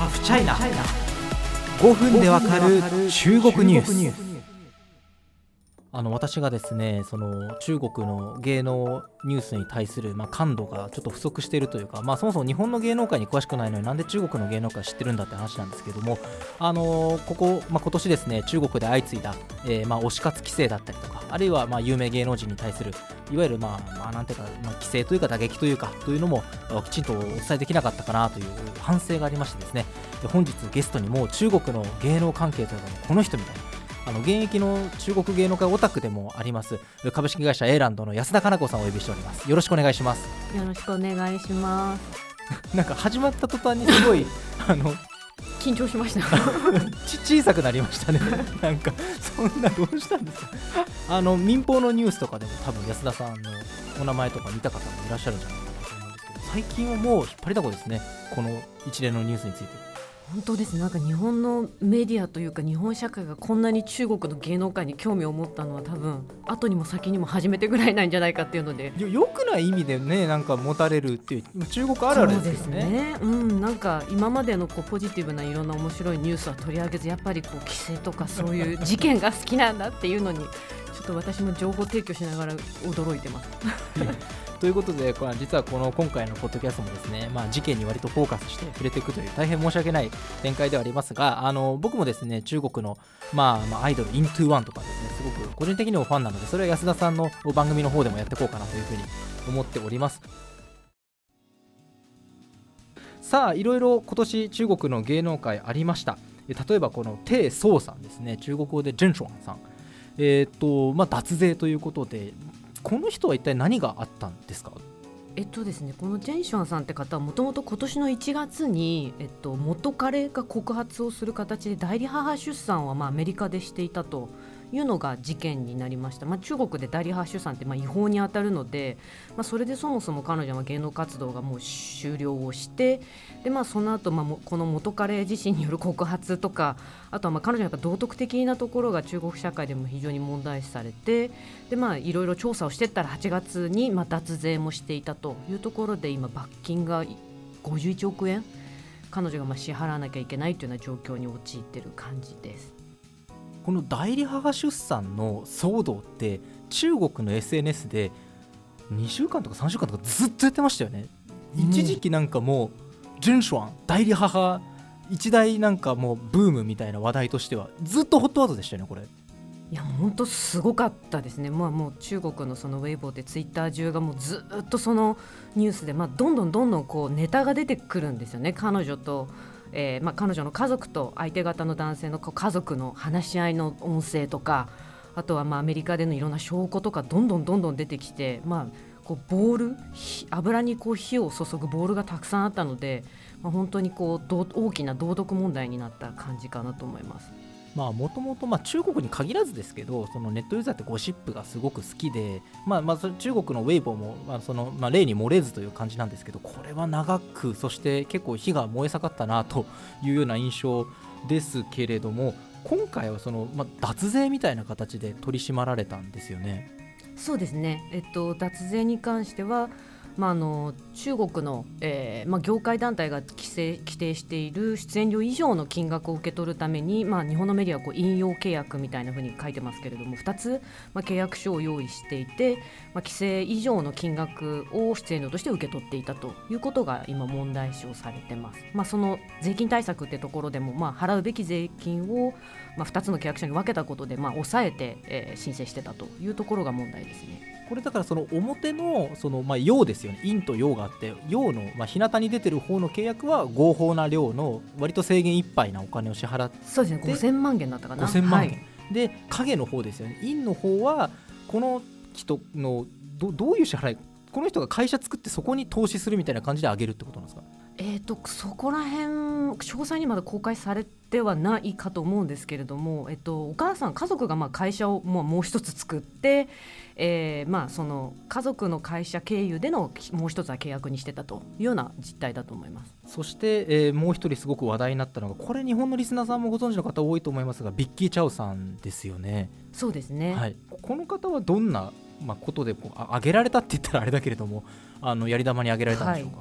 ハフチャイナ、5分でわかる中国ニュース。私がですね、その中国の芸能ニュースに対する感度がちょっと不足しているというか、そもそも日本の芸能界に詳しくないのになんで中国の芸能界知ってるんだって話なんですけども、今年ですね、中国で相次いだ、推し活規制だったりとか、あるいは有名芸能人に対するいわゆるなんていうか、規制というか打撃というかというのもきちんとお伝えできなかったかなという反省がありましてですね、本日ゲストにも中国の芸能関係というのもこの人みたいな現役の中国芸能界オタクでもあります株式会社エーランドの安田加奈子さんをお呼びしております。よろしくお願いします。 よろしくお願いします。 なんか始まった途端にすごい緊張しました小さくなりましたねなんかそんなどうしたんですか民放のニュースとかでも多分安田さんのお名前とか見た方もいらっしゃるんじゃないかなと思うんですけど、最近はもう引っ張りだこですね、この一連のニュースについて。 本当ですね、なんか日本のメディアというか日本社会がこんなに中国の芸能界に興味を持ったのは多分後にも先にも初めてぐらいなんじゃないかっていうので、 よくない意味でね、なんか持たれるっていう中国あるあるですよね。 そうですね、なんか今までのポジティブないろんな面白いニュースは取り上げず、やっぱり規制とかそういう事件が好きなんだっていうのにちょっと私も情報提供しながら驚いてますということで、実は今回のポッドキャストもですね、事件に割とフォーカスして触れていくという大変申し訳ない展開ではありますが、僕もですね、中国の、アイドル into1 とかですね、すごく個人的にもファンなので、それは安田さんの番組の方でもやっていこうかなというふうに思っております。さあ、いろいろ今年中国の芸能界ありました。例えばこの鄭宗さんですね、中国語でジェンシュワンさん、脱税ということで、この人は一体何があったんですか？ ですね、このジェンシュアンさんって方はもともと今年の1月に、元彼が告発をする形で代理母出産をアメリカでしていたというのが事件になりました。中国で代理母出産って違法に当たるので、それでそもそも彼女は芸能活動がもう終了をして、で、その後、この元彼自身による告発とか、あとは彼女の道徳的なところが中国社会でも非常に問題視されて、で、いろいろ調査をしていったら8月に脱税もしていたというところで、今罰金が51億円彼女が支払わなきゃいけないというような状況に陥っている感じです。 この代理母出産の騒動って中国の SNS で2週間とか3週間とかずっとやってましたよね。一時期なんかもうジェンシュワン代理母一大なんかもうブームみたいな話題としてはずっとホットワードでしたよね、これ。 いや本当すごかったですね。もう中国のそのウェイボーでツイッター中がもうずっとそのニュースで、どんどんネタが出てくるんですよね。彼女と彼女の家族と相手方の男性の家族の話し合いの音声とか、あとはアメリカでのいろんな証拠とかどんどん出てきて、ボール油に火を注ぐボールがたくさんあったので、本当に大きな道徳問題になった感じかなと思います。 もともと中国に限らずですけど、そのネットユーザーってゴシップがすごく好きで、中国のウェイボーも、例に漏れずという感じなんですけど、これは長く、そして結構火が燃え盛ったなというような印象ですけれども、今回は脱税みたいな形で取り締まられたんですよね。 そうですね、脱税に関しては中国の、業界団体が規定している出演料以上の金額を受け取るために、日本のメディアは引用契約みたいな風に書いてますけれども、2つ、契約書を用意していて、規制以上の金額を出演料として受け取っていたということが今問題視をされてます。その税金対策ってところでも、払うべき税金を、2つの契約書に分けたことで、抑えて、申請してたというところが問題ですね。 これだからその表の陽ですよね、陰と陽があって、陽の日向に出てる方の契約は合法な量の割と制限いっぱいなお金を支払って、 そうですね、5000万元だったかな。 5000万元、で影の方ですよね、陰の方はこの人のどういう支払い、この人が会社作ってそこに投資するみたいな感じで上げるってことなんですか？ そこら辺詳細にまだ公開されてはないかと思うんですけれども、お母さん家族が会社をもう一つ作って、その家族の会社経由でのもう一つは契約にしてたというような実態だと思います。 そして、もう一人すごく話題になったのが、これ日本のリスナーさんもご存知の方多いと思いますが、ビッキー・チャオさんですよね。 そうですね、 はい、この方はどんなことで挙げられたって言ったらあれだけれども、やり玉に挙げられたんでしょうか？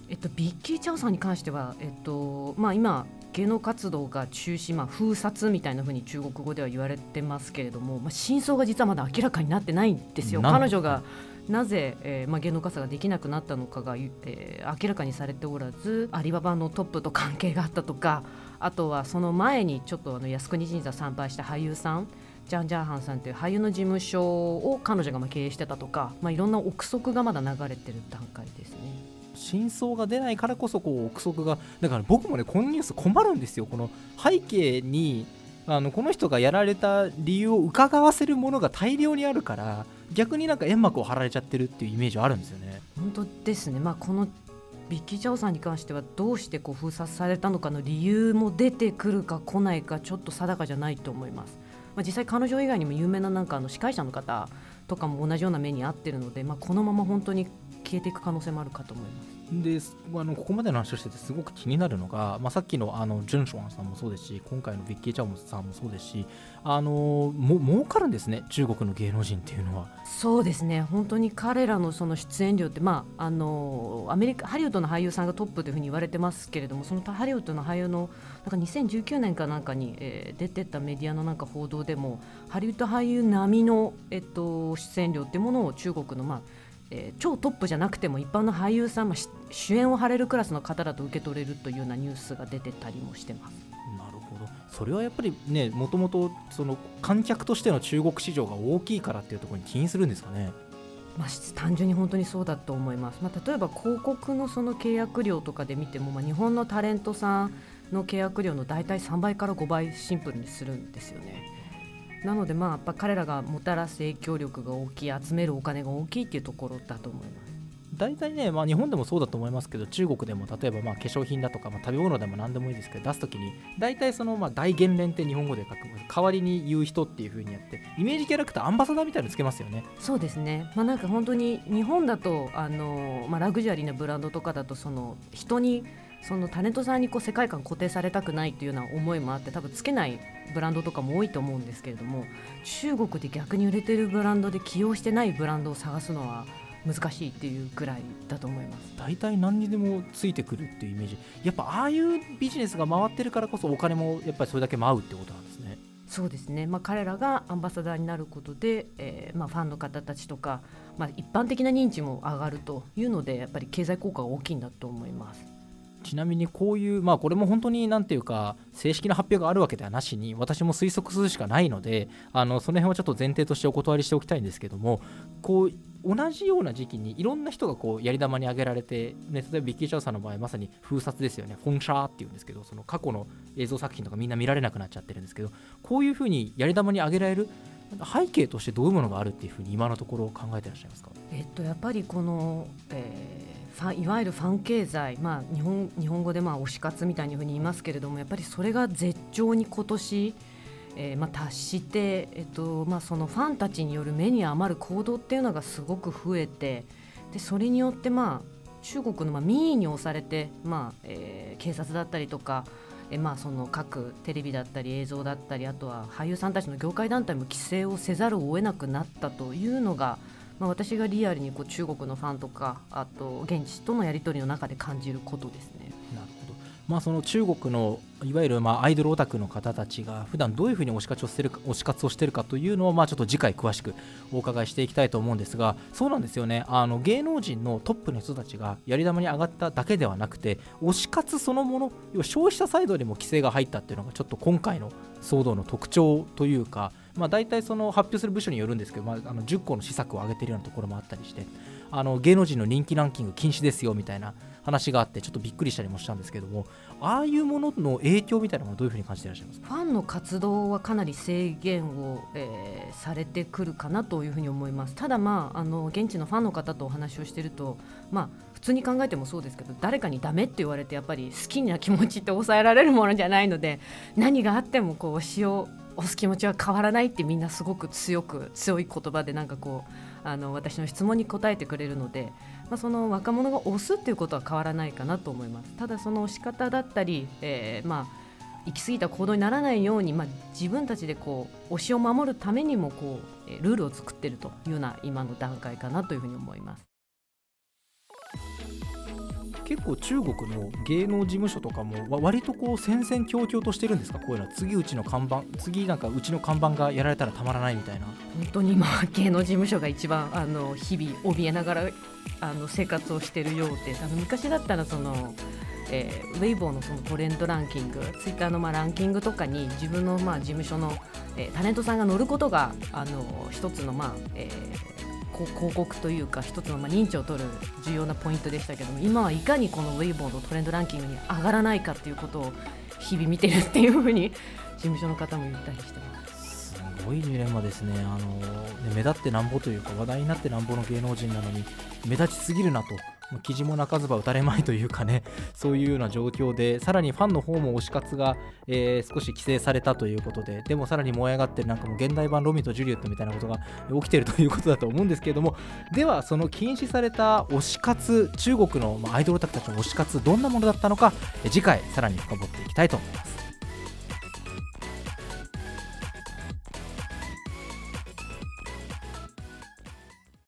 ビッキー・チャオさんに関しては、今芸能活動が中止、封殺みたいな風に中国語では言われてますけれども、真相が実はまだ明らかになってないんですよ。彼女がなぜ、芸能活動ができなくなったのかが、明らかにされておらず、アリババのトップと関係があったとか、あとはその前にちょっと靖国神社参拝した俳優さんジャン・ジャーハンさんという俳優の事務所を彼女が経営してたとか、いろんな憶測がまだ流れてる段階ですね。 真相が出ないからこそ憶測が、だから僕もねこのニュース困るんですよ。この背景にこの人がやられた理由を伺わせるものが大量にあるから、逆に煙幕を張られちゃってるっていうイメージあるんですよね。 本当ですね。このビッキー・チャオさんに関してはどうして封殺されたのかの理由も出てくるか来ないかちょっと定かじゃないと思います。実際彼女以外にも有名な司会者の方とかも同じような目に遭ってるので、このまま本当に消えていく可能性もあるかと思います。 でここまでの話をしててすごく気になるのが、さっきのジュン・ショアンさんもそうですし、今回のビッキー・チャオさんもそうですし、儲かるんですね、中国の芸能人っていうのは。 そうですね、本当に彼らのその出演料って、アメリカハリウッドの俳優さんがトップというふうに言われてますけれども、そのハリウッドの俳優の2019年かなんかに、出てたメディアの報道でも、ハリウッド俳優並みの、出演料っていうものを中国の超トップじゃなくても一般の俳優さん、主演を張れるクラスの方だと受け取れるというようなニュースが出てたりもしてます。 なるほど。それはやっぱりね、もともとその観客としての中国市場が大きいからっていうところに起因するんですかね。 単純に本当にそうだと思います。例えば広告のその契約料とかで見ても、日本のタレントさんの契約料の大体3倍から5倍シンプルにするんですよね。なのでやっぱ彼らがもたらす影響力が大きい、集めるお金が大きいっていうところだと思います。 大体ね、日本でもそうだと思いますけど、中国でも例えば化粧品だとか、食べ物でも何でもいいですけど出すときに大体その大減連って日本語で書く代わりに言う人っていう風にやってイメージキャラクターアンバサダーみたいなのつけますよね。 そうですね、本当に日本だとラグジュアリーなブランドとかだと、その人にそのタレントさんに世界観固定されたくないというような思いもあって、多分つけないブランドとかも多いと思うんですけれども、中国で逆に売れてるブランドで起用してないブランドを探すのは難しいっていうぐらいだと思います。 大体何にでもついてくるっていうイメージ、やっぱああいうビジネスが回ってるからこそお金もやっぱりそれだけ舞うってことなんですね。 そうですね、彼らがアンバサダーになることで、ファンの方たちとか、一般的な認知も上がるというので、やっぱり経済効果が大きいんだと思います。 ちなみにこういう、これも本当になんていうか正式な発表があるわけではなしに、私も推測するしかないので、その辺はちょっと前提としてお断りしておきたいんですけども、同じような時期にいろんな人がやり玉に挙げられて、例えばビッキー・チャオさんの場合まさに封殺ですよね。フォンシャーっていうんですけど、その過去の映像作品とかみんな見られなくなっちゃってるんですけど、こういうふうにやり玉に挙げられる背景としてどういうものがあるっていうふうに今のところ考えていらっしゃいますか？ やっぱりこの、いわゆるファン経済、日本語で推し活みたいにふうに言いますけれども、やっぱりそれが絶頂に今年、達して、そのファンたちによる目に余る行動っていうのがすごく増えて、でそれによって中国の民意に押されて、警察だったりとか、その各テレビだったり映像だったり、あとは俳優さんたちの業界団体も規制をせざるを得なくなったというのが、私がリアルに中国のファンとか、あと現地とのやり取りの中で感じることですね。 なるほど。その中国のいわゆるアイドルオタクの方たちが普段どういうふうに推し活をしているかというのをちょっと次回詳しくお伺いしていきたいと思うんですが、そうなんですよね。芸能人のトップの人たちがやり玉に上がっただけではなくて、推し活そのもの、要は消費者サイドでも規制が入ったっていうのがちょっと今回の騒動の特徴というか、大体その発表する部署によるんですけど、10個の施策を挙げているようなところもあったりして、芸能人の人気ランキング禁止ですよみたいな話があって、ちょっとびっくりしたりもしたんですけども、ああいうものの影響みたいなものはどういうふうに感じていらっしゃいますか？ ファンの活動はかなり制限を、されてくるかなというふうに思います。ただ現地のファンの方とお話をしていると、普通に考えてもそうですけど、誰かにダメって言われてやっぱり好きな気持ちって抑えられるものじゃないので、何があっても推しを押す気持ちは変わらないってみんなすごく強い言葉で私の質問に答えてくれるので、その若者が押すっていうことは変わらないかなと思います。ただその押し方だったり、行き過ぎた行動にならないように、自分たちで推しを守るためにもルールを作っているというような今の段階かなというふうに思います。 結構中国の芸能事務所とかも割とこう戦々恐々としてるんですか？こういうのは次うちの看板がやられたらたまらないみたいな。 本当に今芸能事務所が一番日々怯えながら生活をしているようで、昔だったらそのウェイボーのそのトレンドランキング、ツイッターのランキングとかに自分の事務所の、タレントさんが乗ることが一つの広告というか一つの認知を取る重要なポイントでしたけども、今はいかにこのウェイボーのトレンドランキングに上がらないかっていうことを日々見てるっていうふうに事務所の方も言ったりしてます。 すごいジレンマですね。目立ってなんぼというか話題になってなんぼの芸能人なのに目立ちすぎるなと、記事も泣かずば打たれまいというかね、そういうような状況で、さらにファンの方も推し活が、少し規制されたということで、でもさらに燃え上がってなんかもう現代版ロミオとジュリエットみたいなことが起きているということだと思うんですけれども、ではその禁止された推し活、中国のアイドルオタクたちの推し活どんなものだったのか、次回さらに深掘っていきたいと思います。